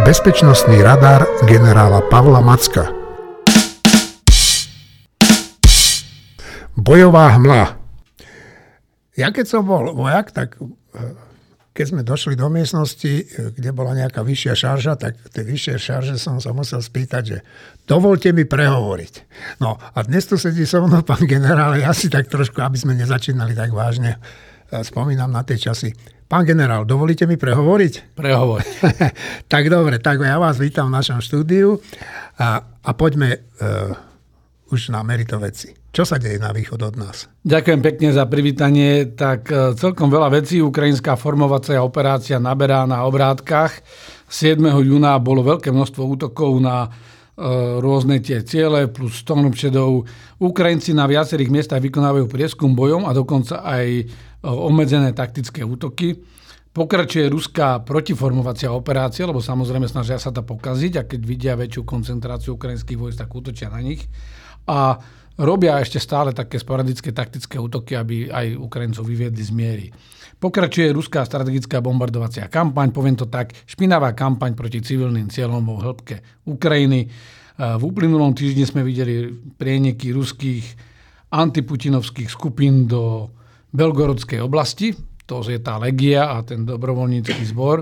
bezpečnostný radar generála Pavla Macka. Bojová hmla. Ja keď som bol vojak, tak keď sme došli do miestnosti, kde bola nejaká vyššia šarža, tak v tej vyššej šarže som sa musel spýtať, že dovolte mi prehovoriť. No a dnes tu sedí so mnou pán generál, ja si tak trošku, aby sme nezačínali tak vážne, spomínam na tie časy. Pán generál, dovolíte mi prehovoriť? Prehovoriť. Tak dobre, tak ja vás vítam v našom štúdiu a poďme už na merito veci. Čo sa deje na východ od nás? Ďakujem pekne za privítanie. Tak celkom veľa vecí. Ukrajinská formovacia operácia naberá na obrátkach. 7. júna bolo veľké množstvo útokov na rôzne tie ciele plus Storm Shadow. Ukrajinci na viacerých miestach vykonávajú prieskum bojom a dokonca aj obmedzené taktické útoky. Pokračuje ruská protiformovacia operácia, lebo samozrejme snažia sa to pokaziť a keď vidia väčšiu koncentráciu ukrajinských vojsk, tak útočia na nich. A robia ešte stále také sporadické taktické útoky, aby aj Ukrajincov vyviedli z miery. Pokračuje ruská strategická bombardovacia kampaň, poviem to tak, špinavá kampaň proti civilným cieľom vo hĺbke Ukrajiny. V uplynulom týždni sme videli prieniky ruských antiputinovských skupín do Belgorodskej oblasti, to je tá Legia a ten dobrovoľnícky zbor.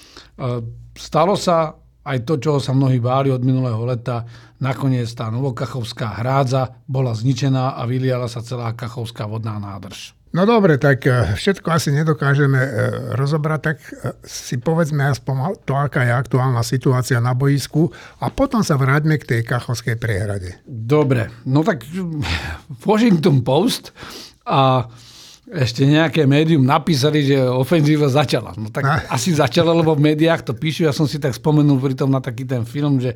Stalo sa aj to, čoho sa mnohí báli od minulého leta. Nakoniec tá Novokachovská hrádza bola zničená a vyliala sa celá Kachovská vodná nádrž. No dobre, tak všetko asi nedokážeme rozobrať, tak si povedzme aspoň to, aká je aktuálna situácia na boisku a potom sa vráťme k tej Kachovskej priehrade. Dobre, no tak Washington Post a ešte nejaké médium napísali, že ofenzíva začala. No tak asi začala, lebo v médiách to píšu. Ja som si tak spomenul pritom na taký ten film, že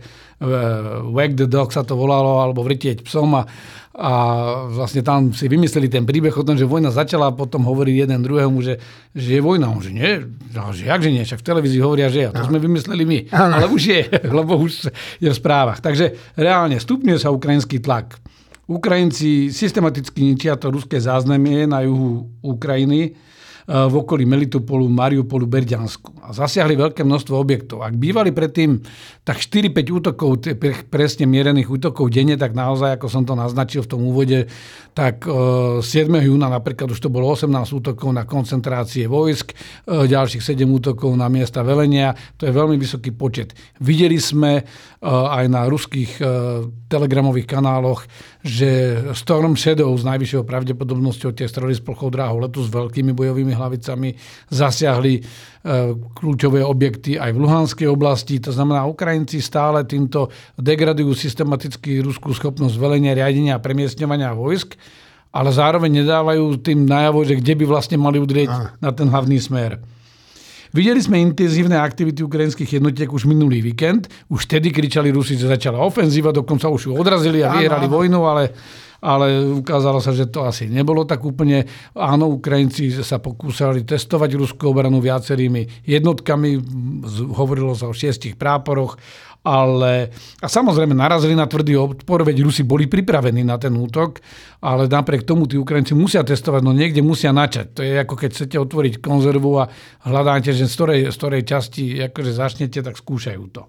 Wag the Dog sa to volalo, alebo Vrtieť psom a vlastne tam si vymysleli ten príbeh o tom, že vojna začala a potom hovorí jeden druhému, že je vojna. On že nie, že jakže nie, však v televízii hovoria, že je. To sme vymysleli my. Ale už je, lebo už je v správach. Takže reálne stupňuje sa ukrajinský tlak. Ukrajinci systematicky ničia to ruské záznamie na juhu Ukrajiny v okolí Melitopolu, Mariupolu, Berďansku. A zasiahli veľké množstvo objektov. Ak bývali predtým tak 4-5 útokov, presne mierených útokov denne, tak naozaj, ako som to naznačil v tom úvode, tak 7. júna napríklad už to bolo 18 útokov na koncentrácie vojsk, ďalších 7 útokov na miesta velenia. To je veľmi vysoký počet. Videli sme aj na ruských telegramových kanáloch, že Storm Shadow s najvyššou pravdepodobnosťou tie strely z plochou dráhou letu s veľkými bojovými hlavicami zasiahli kľúčové objekty aj v Luhanskej oblasti. To znamená, Ukrajinci stále týmto degradujú systematicky ruskú schopnosť velenia, riadenia a premiestňovania vojsk, ale zároveň nedávajú tým najavo, že kde by vlastne mali udrieť na ten hlavný smer. Videli sme intenzívne aktivity ukrajinských jednotiek už minulý víkend. Už vtedy kričali Rusi, že začala ofenzíva, dokonca už ju odrazili a vyhrali vojnu, ale ukázalo sa, že to asi nebolo tak úplne. Áno, Ukrajinci sa pokúsali testovať ruskú obranu viacerými jednotkami, hovorilo sa o 6 práporoch, a samozrejme narazili na tvrdý odpor, veď Rusi boli pripravení na ten útok, ale napriek tomu tí Ukrajinci musia testovať, no niekde musia načať. To je ako keď chcete otvoriť konzervu a hľadáte, že z ktorej časti akože začnete, tak skúšajú to.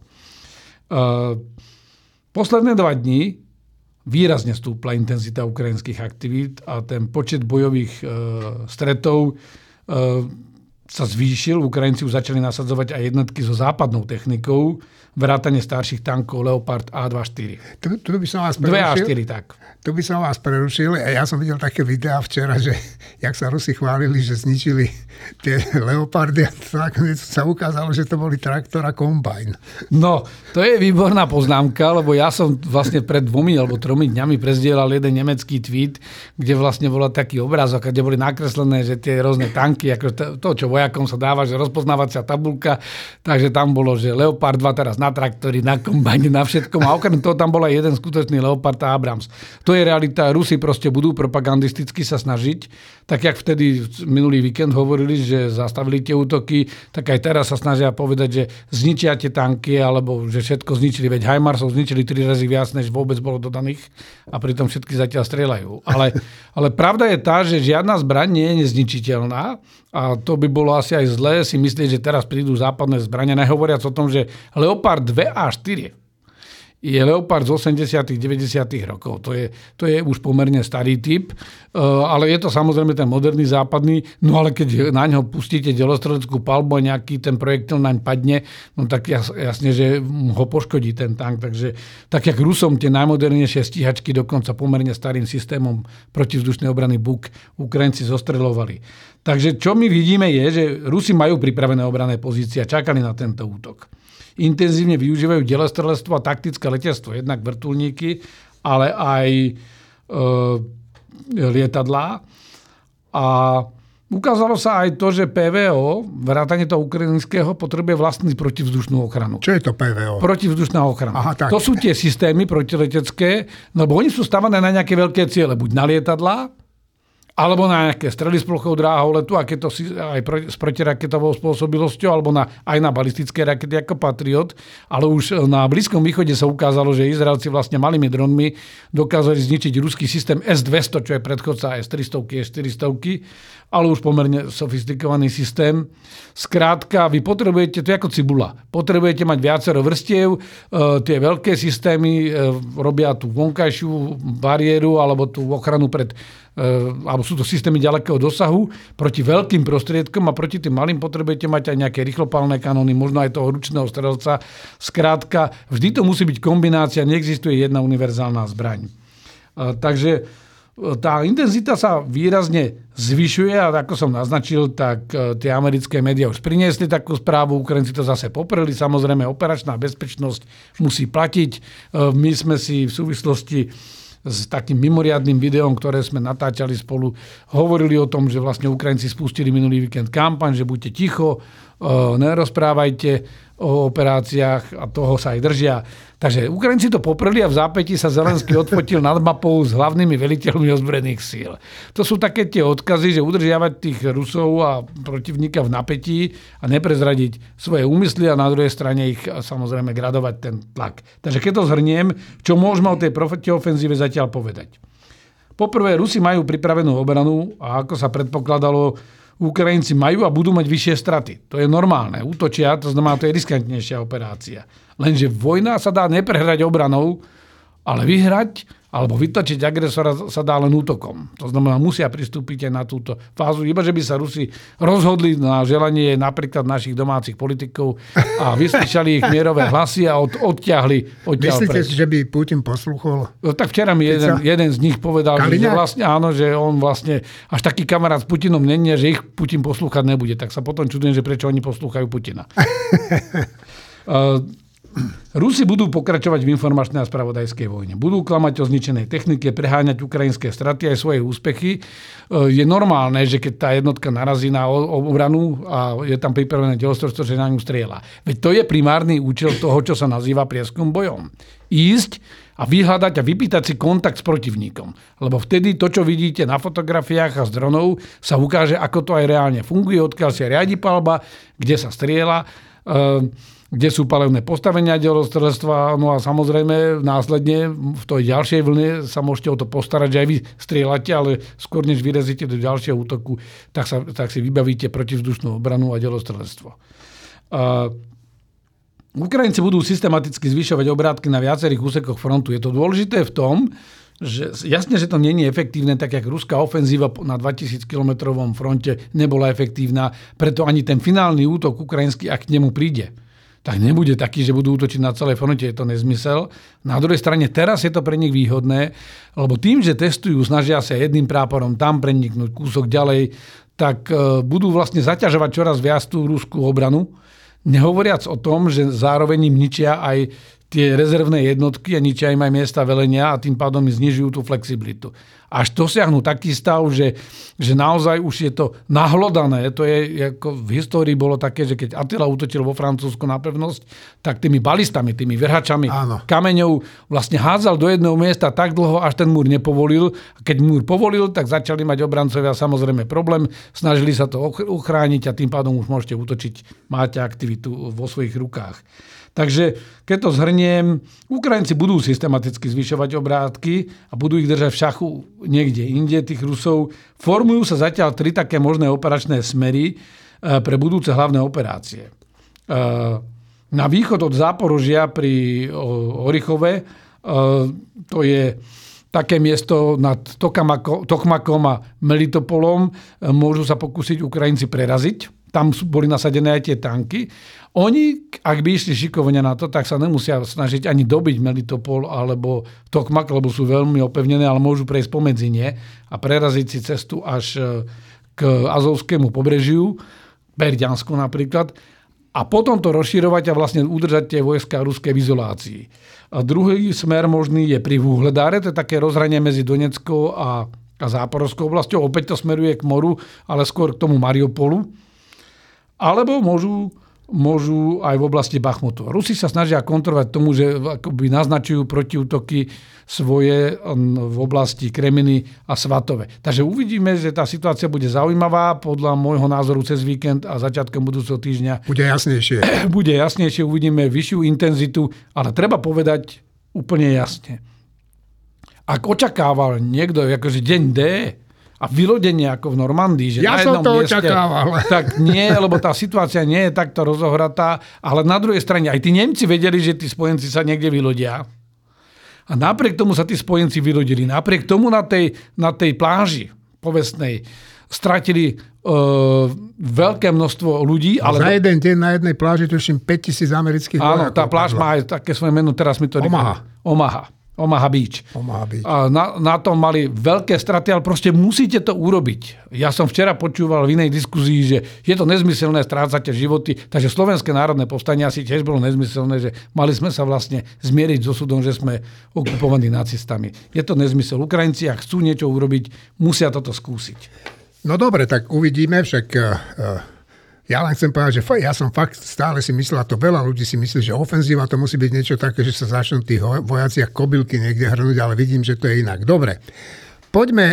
Posledné 2 dní výrazne stúpla intenzita ukrajinských aktivít a ten počet bojových stretov sa zvýšil. Ukrajinci už začali nasadzovať aj jednotky so západnou technikou, vrátane starších tankov Leopard A2-4. Tu by som vás prerušil. 2 A4, tak. Tu by som vás prerušil. Ja som videl také videá včera, že jak sa Rusi chválili, že zničili tie Leopardy a nakoniec sa ukázalo, že to boli traktor a kombajn. No, to je výborná poznámka, lebo ja som vlastne pred 2 alebo 3 dňami prezdielal jeden nemecký tweet, kde vlastne bol taký obrázok, kde boli nakreslené, že tie rôzne tanky, ako to, čo vojakom sa dáva, že rozpoznávacia tabuľka, takže tam bolo, že Leopard 2 teraz na traktori, na kombajne, na všetkom. A okrem toho tam bol aj jeden skutočný Leopard a Abrams. To je realita. Rusi proste budú propagandisticky sa snažiť, tak jak vtedy minulý víkend hovorili, že zastavili tie útoky, tak aj teraz sa snažia povedať, že zničia tie tanky, alebo že všetko zničili. Veď HIMARSov zničili 3 razy viac, než vôbec bolo dodaných a pritom všetky zatiaľ strieľajú. Ale pravda je tá, že žiadna zbraň nie je nezničiteľná a a to by bolo asi aj zlé si myslieť, že teraz prídu západné zbrania, nehovoriac o tom, že Leopard 2 a 4 je Leopard z 80 90 rokov. To je už pomerne starý typ, ale je to samozrejme ten moderný západný, no ale keď na ňo pustíte delostreleckú paľbu a nejaký ten projektil naň padne, no tak jasne, že ho poškodí ten tank. Takže tak jak Rusom tie najmodernejšie stíhačky dokonca pomerne starým systémom protivzdušnej obrany Buk Ukrajinci zostreľovali. Takže čo my vidíme je, že Rusi majú pripravené obranné pozície a čakali na tento útok. Intenzívne využívajú delostreľstvo a taktické letectvo, jednak vrtuľníky, ale aj lietadlá. A ukázalo sa aj to, že PVO, vrátane toho ukrajinského, potrebuje vlastniť protivzdušnú ochranu. Čo je to PVO? Protivzdušná ochrana. Aha, tak. To sú tie systémy protiletecké, lebo oni sú stavané na nejaké veľké ciele, buď na lietadlá, alebo na nejaké strely s plochou dráhou letu, aj s protiraketovou spôsobilosťou, alebo aj na balistické rakety ako Patriot. Ale už na Blízkom východe sa ukázalo, že Izraelci vlastne malými dronmi dokázali zničiť ruský systém S-200, čo je predchodca S-300, S-400, ale už pomerne sofistikovaný systém. Skrátka, vy potrebujete, to je ako cibula, potrebujete mať viacero vrstiev, tie veľké systémy robia tú vonkajšiu bariéru alebo tú ochranu alebo sú to systémy ďalekého dosahu proti veľkým prostriedkom a proti tým malým potrebujete mať aj nejaké rýchlopálne kanóny, možno aj toho ručného strelca. Skrátka, vždy to musí byť kombinácia, neexistuje jedna univerzálna zbraň. Takže tá intenzita sa výrazne zvyšuje a ako som naznačil, tak tie americké médiá už priniesli takú správu, Ukrajinci to zase popreli, samozrejme operačná bezpečnosť musí platiť. My sme si v súvislosti s takým mimoriadnym videom, ktoré sme natáčali spolu, hovorili o tom, že vlastne Ukrajinci spustili minulý víkend kampaň, že buďte ticho, nerozprávajte o operáciách a toho sa aj držia. Takže Ukrajinci to popreli a v zápätí sa Zelenský odfotil nad mapou s hlavnými veliteľmi ozbrojených síl. To sú také tie odkazy, že udržiavať tých Rusov a protivníka v napätí a neprezradiť svoje úmysly a na druhej strane ich samozrejme gradovať ten tlak. Takže keď to zhrniem, čo môžeme o tej protiofenzíve zatiaľ povedať. Poprvé, Rusi majú pripravenú obranu a ako sa predpokladalo, Ukrajinci majú a budú mať vyššie straty. To je normálne. Útočia, to znamená, to je riskantnejšia operácia. Lenže vojna sa dá neprehrať obranou, ale vyhrať alebo vytlačiť agresora sa dá len útokom. To znamená, musia pristúpiť aj na túto fázu. Iba, že by sa Rusi rozhodli na želanie napríklad našich domácich politikov a vyslyšali ich mierové hlasy a odtiahli Myslíte si, že by Putin poslúchol? No, tak včera mi jeden z nich povedal, že vlastne áno, že on vlastne až taký kamarát s Putinom není, že ich Putin poslúchať nebude. Tak sa potom čudujem, že prečo oni poslúchajú Putina. Rusi budú pokračovať v informačnej a spravodajskej vojne. Budú klamať o zničenej technike, preháňať ukrajinské straty aj svoje úspechy. Je normálne, že keď tá jednotka narazí na obranu a je tam pripravené delostrelstvo, že na ňu strieľa. Veď to je primárny účel toho, čo sa nazýva prieskum bojom. Ísť a vyhľadať a vypýtať si kontakt s protivníkom. Lebo vtedy to, čo vidíte na fotografiách a z dronov, sa ukáže, ako to aj reálne funguje, odkiaľ sa riadi paľba, kde sa strieľa, kde sú palebné postavenia delostrelstva, no a samozrejme následne v tej ďalšej vlne sa môžete o to postarať, že aj vy strieľate, ale skôr než vyrazíte do ďalšieho útoku, tak si vybavíte protivzdušnú obranu a delostrelstvo. Ukrajinci budú systematicky zvyšovať obrátky na viacerých úsekoch frontu. Je to dôležité v tom, že jasne, že to nie je efektívne, tak jak ruská ofenzíva na 2000-kilometrovom fronte nebola efektívna, preto ani ten finálny útok ukrajinský, ak k nemu príde, tak nebude taký, že budú útočiť na celej fronte, je to nezmysel. Na druhej strane teraz je to pre nich výhodné, lebo tým, že testujú, snažia sa jedným práporom tam preniknúť kúsok ďalej, tak budú vlastne zaťažovať čoraz viac tú ruskú obranu, nehovoriac o tom, že zároveň im ničia aj tie rezervné jednotky a ničia im aj miesta velenia a tým pádom im znižujú tú flexibilitu. Až dosiahnu taký stav, že naozaj už je to nahlodané. To je, ako v histórii bolo také, že keď Attila útočil vo Francúzsku na pevnosť, tak tými balistami, tými vrhačami kameňov vlastne hádzal do jedného miesta tak dlho, až ten múr nepovolil. A keď múr povolil, tak začali mať obrancovia samozrejme problém. Snažili sa to uchrániť a tým pádom už môžete útočiť. Máte aktivitu vo svojich rukách. Takže keď to zhrniem, Ukrajinci budú systematicky zvyšovať obrátky a budú ich držať v šachu niekde inde, tých Rusov. Formujú sa zatiaľ 3 také možné operačné smery pre budúce hlavné operácie. Na východ od Záporožia pri Orichove, to je také miesto nad Tokmakom a Melitopolom, môžu sa pokúsiť Ukrajinci preraziť. Tam boli nasadené aj tie tanky. Oni, ak by išli šikovania na to, tak sa nemusia snažiť ani dobiť Melitopol alebo Tokmak, lebo sú veľmi opevnené, ale môžu prejsť pomedzi ne a preraziť si cestu až k Azovskému pobrežiu, Berďansku napríklad, a potom to rozširovať a vlastne udržať tie vojská ruské v izolácii. A druhý smer možný je pri Vuhledáre, to je také rozhranie medzi Doneckou a Záporovskou oblasťou. Opäť to smeruje k moru, ale skôr k tomu Mariupolu. Alebo môžu aj v oblasti Bachmutu. Rusi sa snažia kontrolovať tomu, že akoby naznačujú protiútoky svoje v oblasti Kreminy a Svatove. Takže uvidíme, že tá situácia bude zaujímavá. Podľa môjho názoru cez víkend a začiatkom budúceho týždňa bude jasnejšie. Bude jasnejšie, uvidíme vyššiu intenzitu, ale treba povedať úplne jasne. Ak očakával niekto akože deň D, a vylodenie ako v Normandii, že ja na jednom mieste, očakával. Tak nie, lebo tá situácia nie je takto rozohratá, ale na druhej strane aj tí Nemci vedeli, že tí spojenci sa niekde vylodia. A napriek tomu sa tí spojenci vylodili. Napriek tomu na tej pláži povestnej stratili veľké množstvo ľudí. Ale za jeden deň na jednej pláži tuším 5,000 amerických vojakov. Áno, tá pláž má aj také svoje meno, teraz mi to Omaha Beach. A na tom mali veľké straty, ale proste musíte to urobiť. Ja som včera počúval v inej diskuzii, že je to nezmyselné, strácate životy, takže Slovenské národné povstanie asi tiež bolo nezmyselné, že mali sme sa vlastne zmieriť s osudom, že sme okupovaní nacistami. Je to nezmysel. Ukrajinci, ak chcú niečo urobiť, musia toto skúsiť. No dobre, tak uvidíme, však ja len chcem povedať, že ja som fakt stále si myslel, a to veľa ľudí si myslí, že ofenzíva to musí byť niečo také, že sa začnú tí vojaci ako kobylky niekde hrnúť, ale vidím, že to je inak. Dobre, poďme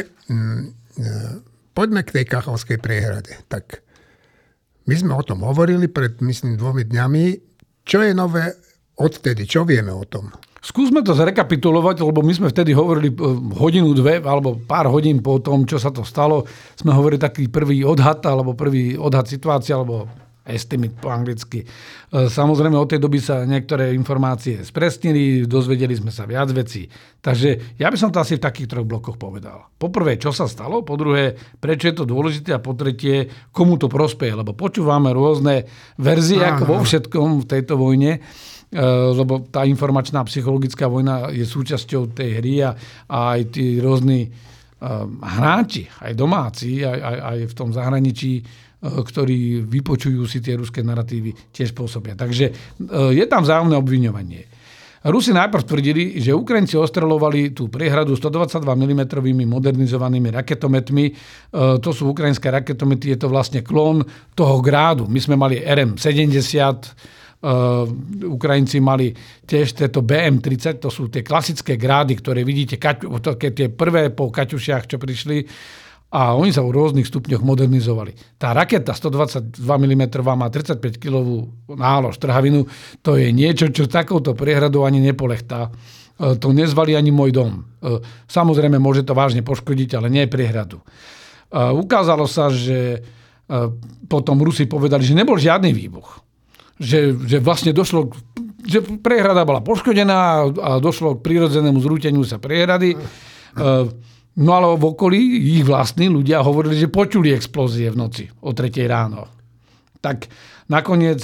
k tej Kachovskej priehrade. Tak my sme o tom hovorili pred, myslím, 2 dňami. Čo je nové odtedy? Čo vieme o tom? Skúsme to zrekapitulovať, lebo my sme vtedy hovorili hodinu, 2 alebo pár hodín po tom, čo sa to stalo. Sme hovorili taký prvý odhad situácie, alebo estimate po anglicky. Samozrejme, od tej doby sa niektoré informácie spresnili, dozvedeli sme sa viac vecí. Takže ja by som to asi v takých 3 blokoch povedal. Po prvé, čo sa stalo, po druhé, prečo je to dôležité a po tretie, komu to prospeje, lebo počúvame rôzne verzie, ako vo všetkom v tejto vojne, lebo tá informačná psychologická vojna je súčasťou tej hry a aj tí rôzni hráči, aj domáci, aj v tom zahraničí, ktorí vypočujú si tie ruské naratívy, tiež pôsobia. Takže je tam vzájomné obviňovanie. Rusi najprv tvrdili, že Ukrajinci ostreľovali tú priehradu 122 mm modernizovanými raketometmi. To sú ukrajinské raketomety, je to vlastne klón toho Grádu. My sme mali RM-70, Ukrajinci mali tiež tieto BM-30, to sú tie klasické Grády, ktoré vidíte, tie prvé po Kaťušiach, čo prišli, a oni sa v rôznych stupňoch modernizovali. Tá raketa 122 mm má 35-kilovú nálož, trhavinu, to je niečo, čo takouto priehradou ani nepolechtá. To nezvalí ani môj dom. Samozrejme, môže to vážne poškodiť, ale nie priehradu. Ukázalo sa, že potom Rusi povedali, že nebol žiadny výbuch. Že vlastne došlo, že priehrada bola poškodená a došlo k prirodzenému zrúteniu sa priehrady. No ale v okolí ich vlastní ľudia hovorili, že počuli explózie v noci o 3:00 ráno. Tak nakoniec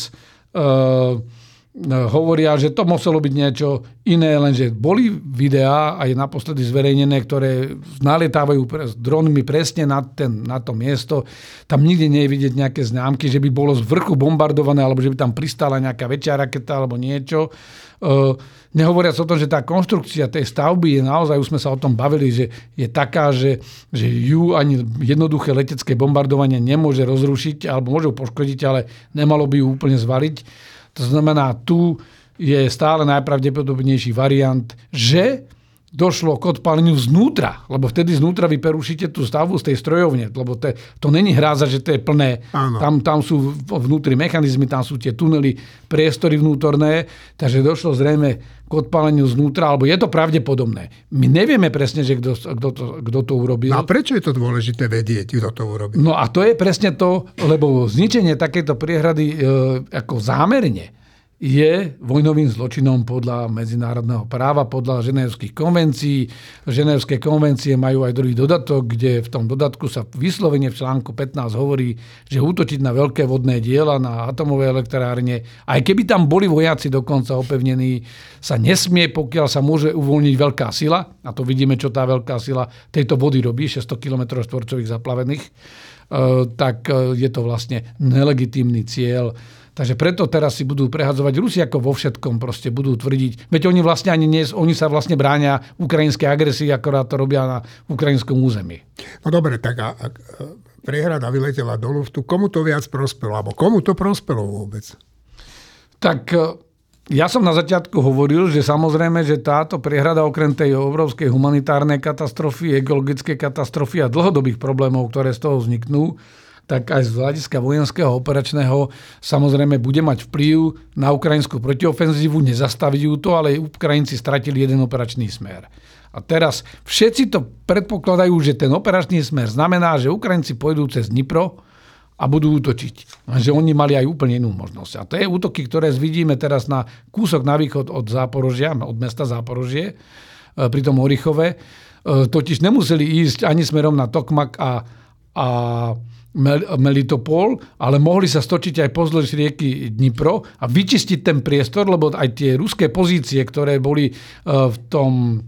hovoria, že to muselo byť niečo iné, lenže boli videá aj naposledy zverejnené, ktoré nalietávajú s dronmi presne na to miesto. Tam nikde nie je vidieť nejaké známky, že by bolo z vrchu bombardované, alebo že by tam pristála nejaká väčšia raketa alebo niečo. Nehovoriac o tom, že tá konštrukcia tej stavby je naozaj, už sme sa o tom bavili, že je taká, že ju ani jednoduché letecké bombardovanie nemôže rozrušiť alebo môže poškodiť, ale nemalo by ju úplne zvaliť. To znamená, tu je stále najpravdepodobnejší variant, že došlo k odpáleniu znútra, lebo vtedy znútra vy prerušíte tú stavbu z tej strojovne, lebo to není hráza, že to je plné. Tam sú vnútri mechanizmy, tam sú tie tunely, priestory vnútorné, takže došlo zrejme k odpáleniu znútra, alebo je to pravdepodobné. My nevieme presne, že kto to urobil. No a prečo je to dôležité vedieť, kto to urobil? No a to je presne to, lebo zničenie takéto priehrady ako zámerne je vojnovým zločinom podľa medzinárodného práva, podľa ženevských konvencií. Ženevské konvencie majú aj druhý dodatok, kde v tom dodatku sa vyslovene v článku 15 hovorí, že útočiť na veľké vodné diela, na atomové elektrárne, aj keby tam boli vojaci dokonca opevnení, sa nesmie, pokiaľ sa môže uvoľniť veľká sila, a to vidíme, čo tá veľká sila tejto vody robí, 600 km štvorcových zaplavených, tak je to vlastne nelegitímny cieľ. Takže preto teraz si budú prehadzovať Rusi ako vo všetkom, proste budú tvrdiť. Veď oni vlastne oni sa vlastne bránia ukrajinskej agresii, akorát to robia na ukrajinskom území. No dobre, tak ak priehrada vyletela do luftu, komu to viac prospelo? Alebo komu to prospelo vôbec? Tak ja som na začiatku hovoril, že samozrejme, že táto priehrada okrem tej obrovskej humanitárnej katastrofy, ekologickej katastrofy a dlhodobých problémov, ktoré z toho vzniknú, tak aj z hľadiska vojenského operačného samozrejme bude mať vplyv na ukrajinskú protiofenzívu, nezastaviť ju to, ale Ukrajinci stratili jeden operačný smer. A teraz všetci to predpokladajú, že ten operačný smer znamená, že Ukrajinci pôjdu cez Dnipro a budú útočiť. Že oni mali aj úplne inú možnosť. A to je útoky, ktoré vidíme teraz na kúsok na východ od Záporožia, od mesta Záporožie, pri tom Orichove. Totiž nemuseli ísť ani smerom na Tokmak a Melitopol, ale mohli sa stočiť aj pozdĺž rieky Dnipro a vyčistiť ten priestor, lebo aj tie ruské pozície, ktoré boli v tom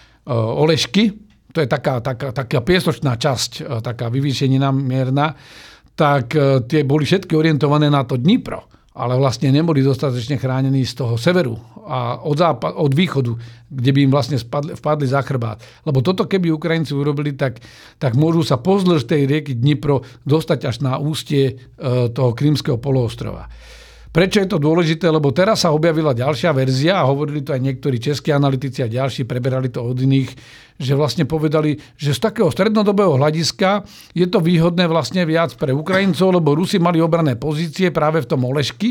Olešky, to je taká piesočná časť, taká vyvýšenina mierna, tak tie boli všetky orientované na to Dnipro, ale vlastne neboli dostatočne chránení z toho severu a od východu, kde by im vlastne vpadli za chrbát. Lebo toto, keby Ukrajinci urobili, tak môžu sa pozdĺž tej rieky Dnipro dostať až na ústie toho Krymského poloostrova. Prečo je to dôležité? Lebo teraz sa objavila ďalšia verzia a hovorili to aj niektorí českí analytici a ďalší, preberali to od iných, že vlastne povedali, že z takého strednodobého hľadiska je to výhodné vlastne viac pre Ukrajincov, lebo Rusi mali obranné pozície práve v tom Olešky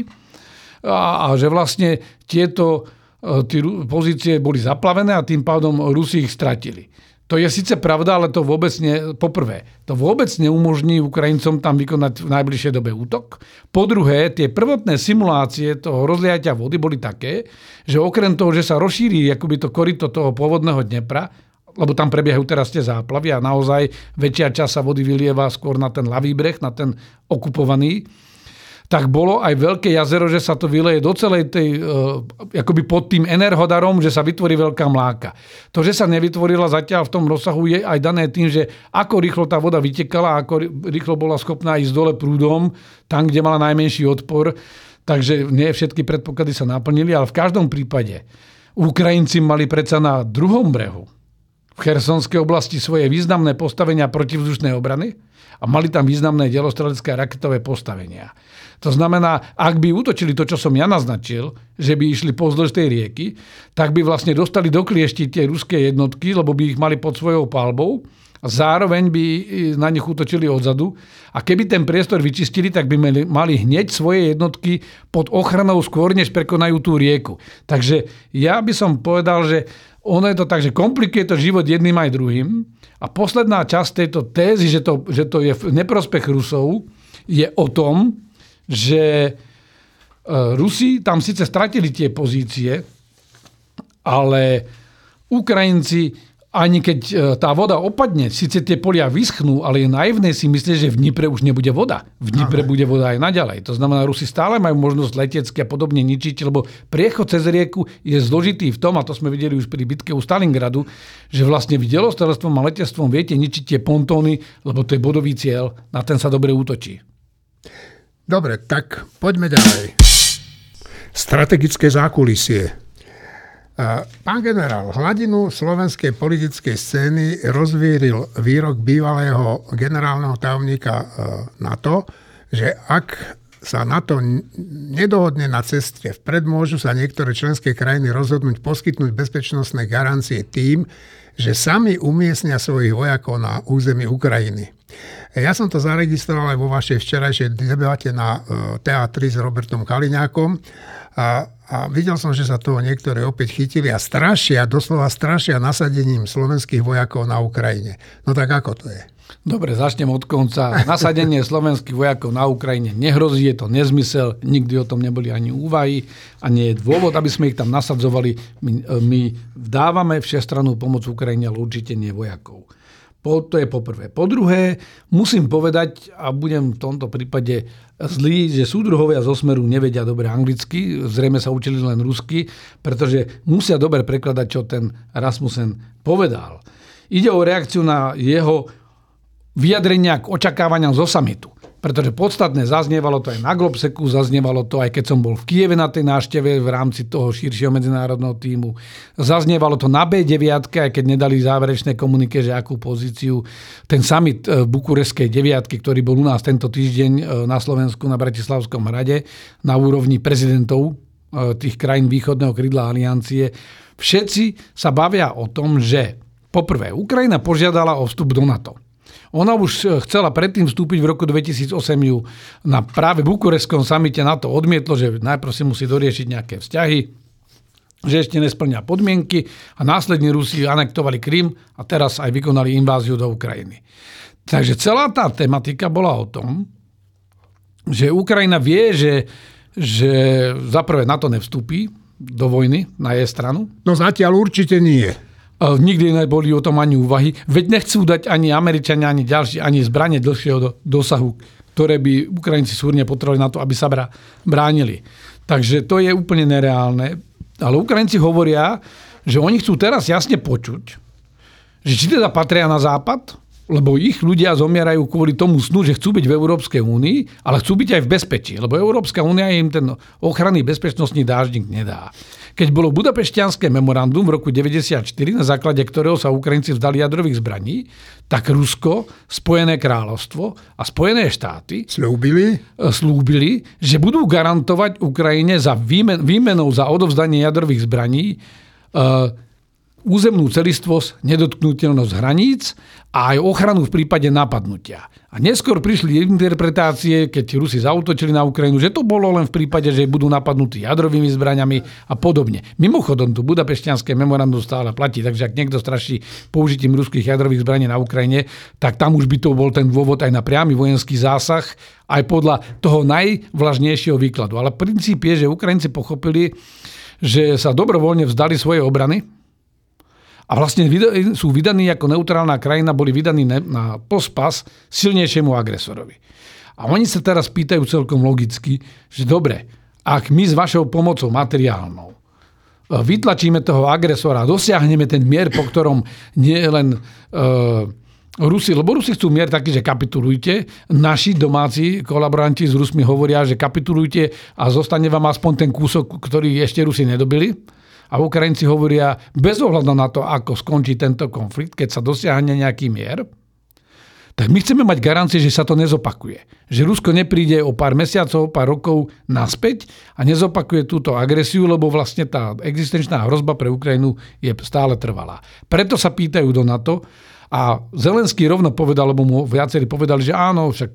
a že vlastne tieto pozície boli zaplavené a tým pádom Rusi ich stratili. To je síce pravda, ale to vôbec to vôbec neumožní Ukrajincom tam vykonať v najbližšej dobe útok. Po druhé, tie prvotné simulácie toho rozliatia vody boli také, že okrem toho, že sa rozšíri akoby to koryto toho pôvodného Dnepra, lebo tam prebiehajú teraz tie záplavy a naozaj väčšia časť sa vody vylieva skôr na ten ľavý breh, na ten okupovaný, tak bolo aj veľké jazero, že sa to vyleje do celej tej, akoby pod tým Enerhodarom, že sa vytvorí veľká mláka. To, že sa nevytvorila zatiaľ v tom rozsahu, je aj dané tým, že ako rýchlo tá voda vytekala, ako rýchlo bola schopná ísť dole prúdom, tam, kde mala najmenší odpor. Takže nie všetky predpoklady sa naplnili, ale v každom prípade Ukrajinci mali predsa na druhom brehu v Chersonskej oblasti svoje významné postavenia protivzdušnej obrany a mali tam významné delostrelecké a raketové postavenia. To znamená, ak by útočili to, čo som ja naznačil, že by išli pozdĺž tej rieky, tak by vlastne dostali do kliešti tie ruské jednotky, lebo by ich mali pod svojou palbou a zároveň by na nich útočili odzadu. A keby ten priestor vyčistili, tak by mali hneď svoje jednotky pod ochranou skôr, než prekonajú tú rieku. Takže ja by som povedal, že ono je to tak, že komplikuje to život jedným aj druhým. A posledná časť tejto tézy, že to je v neprospech Rusov, je o tom, že Rusi tam síce stratili tie pozície, ale Ukrajinci, ani keď tá voda opadne, síce tie polia vyschnú, ale je naivné si myslieť, že v Dnipre už nebude voda. V Dnipre bude voda aj naďalej. To znamená, Rusi stále majú možnosť letecky a podobne ničiť, lebo priechod cez rieku je zložitý v tom, a to sme videli už pri bitke u Stalingradu, že vlastne vy delostrelectvom a letectvom viete ničiť tie pontóny, lebo to je bodový cieľ, na ten sa dobre útočí. Dobre, tak poďme ďalej. Strategické zákulisie. Pán generál, hladinu slovenskej politickej scény rozvíril výrok bývalého generálneho tajomníka NATO, že ak sa NATO nedohodne na ceste vpred, môžu sa niektoré členské krajiny rozhodnúť poskytnúť bezpečnostné garancie tým, že sami umiestnia svojich vojakov na území Ukrajiny. Ja som to zaregistroval aj vo vašej včerajšej debate na TA3 s Robertom Kaliňákom a videl som, že sa toho niektoré opäť chytili a doslova strašia nasadením slovenských vojakov na Ukrajine. No tak ako to je? Dobre, začnem od konca. Nasadenie slovenských vojakov na Ukrajine nehrozí, je to nezmysel, nikdy o tom neboli ani úvahy a nie je dôvod, aby sme ich tam nasadzovali. My dávame všestrannú pomoc Ukrajine, ale určite nie vojakov. To je po prvé. Po druhé, musím povedať, a budem v tomto prípade zlý, že súdruhovia zo Smeru nevedia dobre anglicky, zrejme sa učili len rusky, pretože musia dobre prekladať, čo ten Rasmussen povedal. Ide o reakciu na jeho vyjadrenia k očakávaniam zo samitu. Pretože podstatné zaznievalo to aj na Globseku, zaznievalo to aj keď som bol v Kieve na tej návšteve v rámci toho širšieho medzinárodného tímu. Zaznievalo to na B9, aj keď nedali záverečné komunike, že akú pozíciu ten summit v Bukurešskej 9, ktorý bol u nás tento týždeň na Slovensku na Bratislavskom hrade na úrovni prezidentov tých krajín východného krídla aliancie. Všetci sa bavia o tom, že poprvé Ukrajina požiadala o vstup do NATO. Ona už chcela predtým vstúpiť v roku 2008 ju na práve bukureštskom samite NATO odmietlo, že najprv si musí doriešiť nejaké vzťahy, že ešte nesplňa podmienky a následne Rusi anektovali Krym a teraz aj vykonali inváziu do Ukrajiny. Takže celá tá tematika bola o tom, že Ukrajina vie, že zaprvé NATO nevstúpi do vojny na jej stranu. No zatiaľ určite nie. Nikdy neboli o tom ani úvahy. Veď nechcú dať ani Američania, ani ďalší, ani zbranie dlhšieho dosahu, ktoré by Ukrajinci súrne potrebovali na to, aby sa bránili. Takže to je úplne nereálne. Ale Ukrajinci hovoria, že oni chcú teraz jasne počuť, že či teda patria na západ, lebo ich ľudia zomierajú kvôli tomu snu, že chcú byť v Európskej únii, ale chcú byť aj v bezpečí, lebo Európska únia im ten ochranný bezpečnostný dáždik nedá. Keď bolo budapešťanské memorandum v roku 1994, na základe ktorého sa Ukrajinci vzdali jadrových zbraní, tak Rusko, Spojené kráľovstvo a Spojené štáty slúbili, že budú garantovať Ukrajine za výmenou za odovzdanie jadrových zbraní územnú celistvosť, nedotknuteľnosť hraníc a aj ochranu v prípade napadnutia. A neskôr prišli interpretácie, keď Rusi zaútočili na Ukrajinu, že to bolo len v prípade, že budú napadnutí jadrovými zbraňami a podobne. Mimochodom, tu budapešťanské memorandum stále platí, takže ak niekto straší použitím ruských jadrových zbraní na Ukrajine, tak tam už by to bol ten dôvod aj na priamy vojenský zásah, aj podľa toho najvlažnejšieho výkladu. Ale princíp je, že Ukrajinci pochopili, že sa dobrovoľne vzdali svojej obrany, a vlastne sú vydaní ako neutrálna krajina, boli vydaní na pospas silnejšiemu agresorovi. A oni sa teraz pýtajú celkom logicky, že dobre, ak my s vašou pomocou materiálnou vytlačíme toho agresora, dosiahneme ten mier, po ktorom nie je len Rusi, lebo Rusi chcú mier taký, že kapitulujte. Naši domáci kolaboranti s Rusmi hovoria, že kapitulujte a zostane vám aspoň ten kúsok, ktorý ešte Rusi nedobili. A Ukrajinci hovoria, bez ohľadu na to, ako skončí tento konflikt, keď sa dosiahne nejaký mier, tak my chceme mať garancie, že sa to nezopakuje. Že Rusko nepríde o pár mesiacov, pár rokov naspäť a nezopakuje túto agresiu, lebo vlastne tá existenčná hrozba pre Ukrajinu je stále trvalá. Preto sa pýtajú do NATO a Zelenský rovno povedal, lebo mu viacerí povedali, že áno, však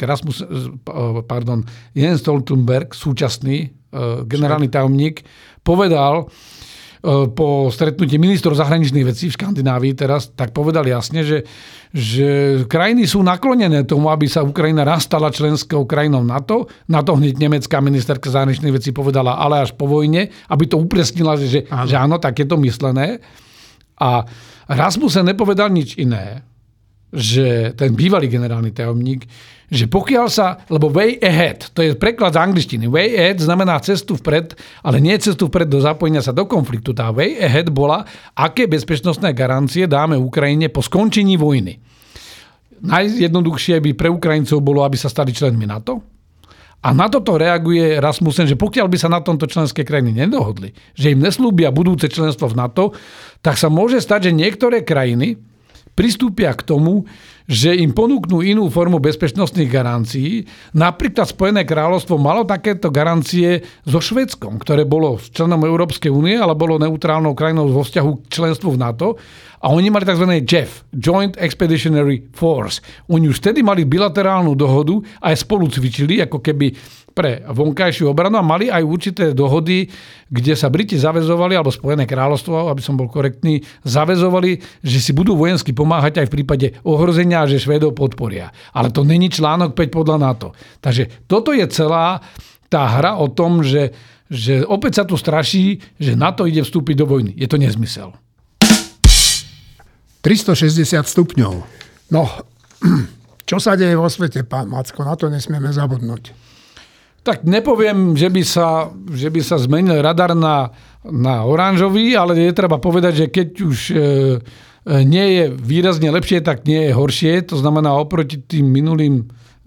Jens Stoltenberg, súčasný generálny tajomník, povedal, po stretnutí ministrov zahraničných vecí v Škandinávii teraz, tak povedal jasne, že krajiny sú naklonené tomu, aby sa Ukrajina stala členskou krajinou NATO. Na to hneď nemecká ministerka zahraničných vecí povedala, ale až po vojne, aby to upresnila, že áno, tak je to myslené. A Rasmussen nepovedal nič iné, že ten bývalý generálny tajomník, že pokiaľ sa, lebo way ahead, to je preklad z angličtiny, way ahead znamená cestu vpred, ale nie cestu vpred do zapojenia sa do konfliktu. Tá way ahead bola, aké bezpečnostné garancie dáme Ukrajine po skončení vojny. Najjednoduchšie by pre Ukrajincov bolo, aby sa stali členmi NATO. A na toto reaguje Rasmussen, že pokiaľ by sa na tomto členské krajiny nedohodli, že im neslúbia budúce členstvo v NATO, tak sa môže stať, že niektoré krajiny pristúpia k tomu, že im ponúknú inú formu bezpečnostných garancií. Napríklad Spojené kráľovstvo malo takéto garancie so Švédskom, ktoré bolo členom Európskej únie, ale bolo neutrálnou krajinou vo vzťahu k členstvu v NATO. A oni mali tzv. JEF, Joint Expeditionary Force. Oni už vtedy mali bilaterálnu dohodu a aj spolu cvičili, ako keby pre vonkajšiu obranu a mali aj určité dohody, kde sa Briti zaväzovali, alebo Spojené kráľovstvo, aby som bol korektný, zaväzovali, že si budú vojensky pomáhať aj v prípade ohrozenia a že Švédov podporia. Ale to není článok 5 podľa NATO. Takže toto je celá tá hra o tom, že opäť sa tu straší, že NATO ide vstúpiť do vojny. Je to nezmysel. 360 stupňov. No, čo sa deje vo svete, pán Macko? Na to nesmieme zabudnúť. Tak nepoviem, že by sa zmenil radar na oranžový, ale je treba povedať, že keď už nie je výrazne lepšie, tak nie je horšie. To znamená, oproti tým minulým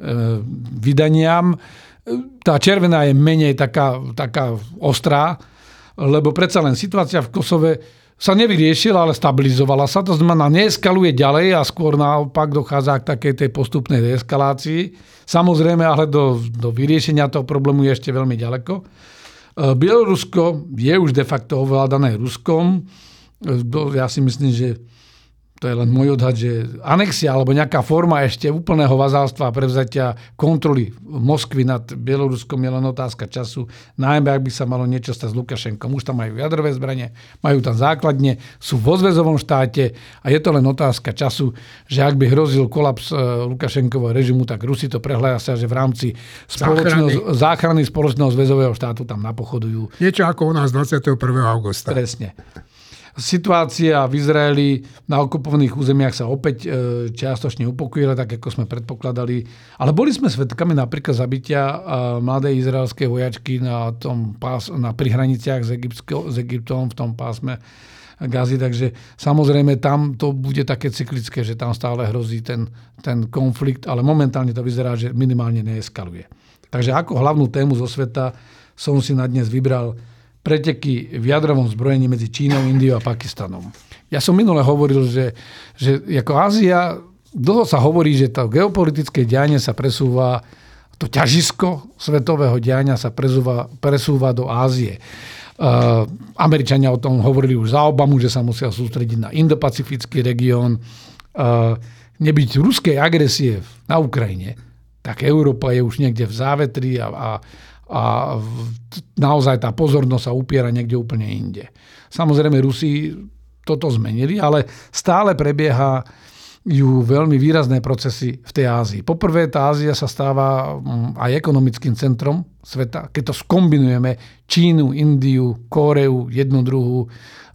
vydaniam, tá červená je menej taká ostrá, lebo predsa len situácia v Kosove sa nevyriešila, ale stabilizovala sa. To znamená, neeskaluje ďalej a skôr naopak dochádza k takej tej postupnej deeskalácii. Samozrejme, ale do vyriešenia toho problému je ešte veľmi ďaleko. Bielorusko je už de facto ovládané Ruskom. Ja si myslím, že to je len môj odhad, že anexia alebo nejaká forma ešte úplného vazálstva a prevzatia kontroly Moskvy nad Bieloruskom je len otázka času. Najmä, ak by sa malo niečo stať s Lukašenkom. Už tam majú jadrové zbrane, majú tam základne, sú vo zväzovom štáte a je to len otázka času, že ak by hrozil kolaps Lukašenkovho režimu, tak Rusi to prehlásia, že v rámci záchrany spoločného zväzového štátu tam napochodujú. Niečo ako u nás 21. augusta. Presne. Situácia v Izraeli na okupovaných územiach sa opäť čiastočne upokojila, tak ako sme predpokladali. Ale boli sme svedkami napríklad zabitia mladej izraelskej vojačky na prihraniciach s Egyptom v tom pásme Gazy. Takže samozrejme tam to bude také cyklické, že tam stále hrozí ten konflikt, ale momentálne to vyzerá, že minimálne neeskaluje. Takže ako hlavnú tému zo sveta som si na dnes vybral preteky v jadrovom zbrojení medzi Čínou, Indiou a Pakistanom. Ja som minule hovoril, že ako Ázia, dlho sa hovorí, že to geopolitické dianie sa presúva, to ťažisko svetového diania sa presúva do Ázie. Američania o tom hovorili už za Obamu, že sa musia sústrediť na Indo-Pacifický región. Nebyť ruskej agresie na Ukrajine, tak Európa je už niekde v závetri a naozaj tá pozornosť sa upiera niekde úplne inde. Samozrejme, Rusi toto zmenili, ale stále prebiehajú veľmi výrazné procesy v tej Ázii. Poprvé, tá Ázia sa stáva aj ekonomickým centrom sveta. Keď to skombinujeme, Čínu, Indiu, Kóreu, jednu druhú,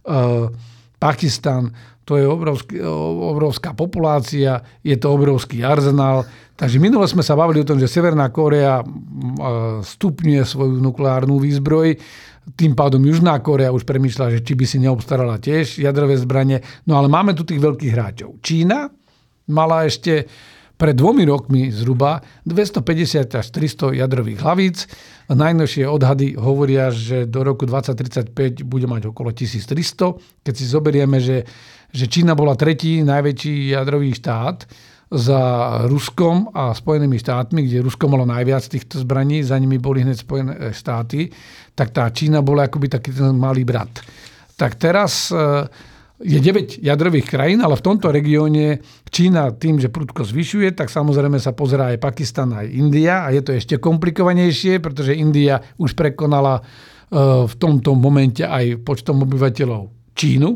Pakistan, to je obrovská populácia, je to obrovský arzenál. Takže minule sme sa bavili o tom, že Severná Kórea stupňuje svoju nukleárnu výzbroj, tým pádom Južná Kórea už premýšľa, že či by si neobstarala tiež jadrové zbrane. No ale máme tu tých veľkých hráčov. Čína mala ešte pred 2 rokmi zhruba 250 až 300 jadrových hlavíc. Najnovšie odhady hovoria, že do roku 2035 bude mať okolo 1300. Keď si zoberieme, že Čína bola tretí najväčší jadrový štát za Ruskom a Spojenými štátmi, kde Rusko malo najviac týchto zbraní, za nimi boli hneď Spojené štáty, tak tá Čína bola akoby taký ten malý brat. Tak teraz je 9 jadrových krajín, ale v tomto regióne Čína tým, že prudko zvyšuje, tak samozrejme sa pozerá aj Pakistan, aj India a je to ešte komplikovanejšie, pretože India už prekonala v tomto momente aj počtom obyvateľov Čínu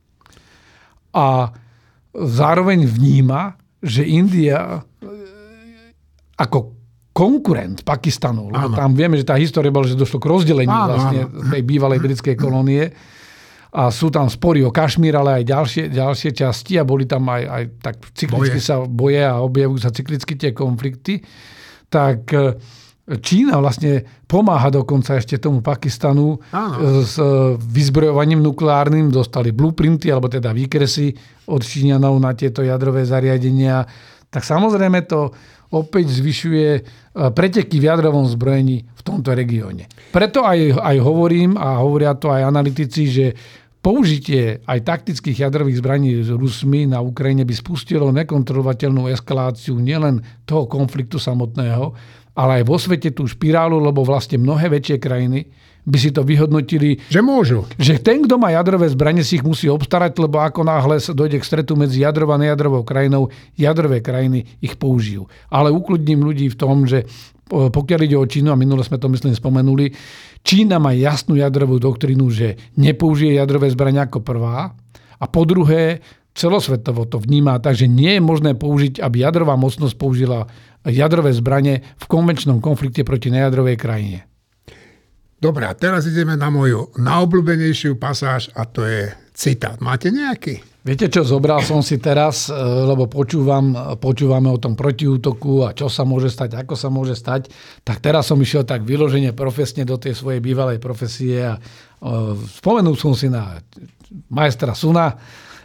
a zároveň vníma, že India ako konkurent Pakistanu, lebo tam vieme, že tá história bola, že došlo k rozdeleniu vlastne tej bývalej britskej kolónie a sú tam spory o Kašmír, ale aj ďalšie časti a boli tam aj tak cyklicky sa boje a objavujú sa cyklicky tie konflikty. Tak Čína vlastne pomáha dokonca ešte tomu Pakistanu s vyzbrojovaním nukleárnym. Dostali blueprinty, alebo teda výkresy od Číňanov na tieto jadrové zariadenia. Tak samozrejme to opäť zvyšuje preteky v jadrovom zbrojení v tomto regióne. Preto aj hovorím, a hovoria to aj analytici, že použitie aj taktických jadrových zbraní s Rusmi na Ukrajine by spustilo nekontrolovateľnú eskaláciu nielen toho konfliktu samotného, ale aj vo svete tú špirálu, lebo vlastne mnohé väčšie krajiny by si to vyhodnotili, že môžu. Že ten, kto má jadrové zbranie, si ich musí obstarať, lebo ako náhle dojde k stretu medzi jadrovou a nejadrovou krajinou, jadrové krajiny ich použijú. Ale ukludním ľudí v tom, že pokiaľ ide o Čínu, a minule sme to myslím spomenuli, Čína má jasnú jadrovú doktrínu, že nepoužije jadrové zbranie ako prvá, a po druhé celosvetovo to vníma tak, že nie je možné použiť, aby jadrová mocnosť použila jadrové zbranie v konvenčnom konflikte proti nejadrovej krajine. Dobre, a teraz ideme na moju najobľúbenejšiu pasáž a to je citát. Máte nejaký? Viete čo, zobral som si teraz, lebo počúvame o tom protiútoku a čo sa môže stať, ako sa môže stať, tak teraz som išiel tak vyložene profesne do tej svojej bývalej profesie a spomenul som si na majstra Suna,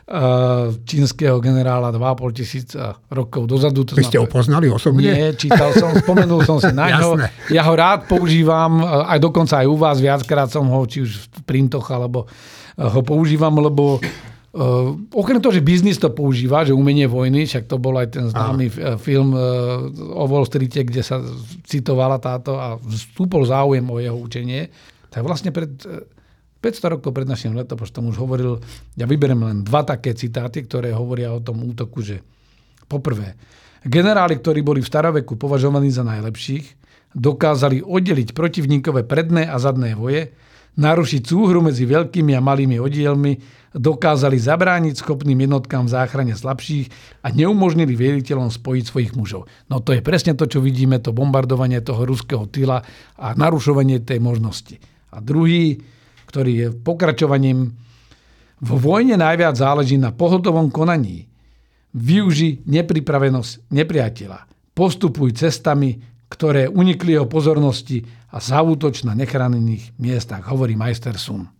čínskeho generála 2500 rokov dozadu. Vy ste ho poznali osobne? Nie, čítal som, spomenul som si na ňo. Ja ho rád používam, aj dokonca aj u vás, viackrát som ho, či už v printoch, alebo ho používam, lebo okrem toho, že biznis to používa, že umenie vojny, však to bol aj ten známy film o Wall Streete, kde sa citovala táto a vstúpol záujem o jeho učenie, tak vlastne pred 500 rokov pred našim letopočtom už hovoril, ja vyberiem len 2 také citáty, ktoré hovoria o tom útoku, že poprvé, generáli, ktorí boli v staroveku považovaní za najlepších, dokázali oddeliť protivníkové predné a zadné voje, narušiť súhru medzi veľkými a malými oddielmi, dokázali zabrániť schopným jednotkám v záchrane slabších a neumožnili veliteľom spojiť svojich mužov. No to je presne to, čo vidíme, to bombardovanie toho ruského tyla a narušovanie tej možnosti. A druhý, ktorý je pokračovaním, vo vojne najviac záleží na pohotovom konaní. Využi nepripravenosť nepriateľa. Postupuj cestami, ktoré unikli jeho pozornosti a zaútoč na nechránených miestach, hovorí majster Sun.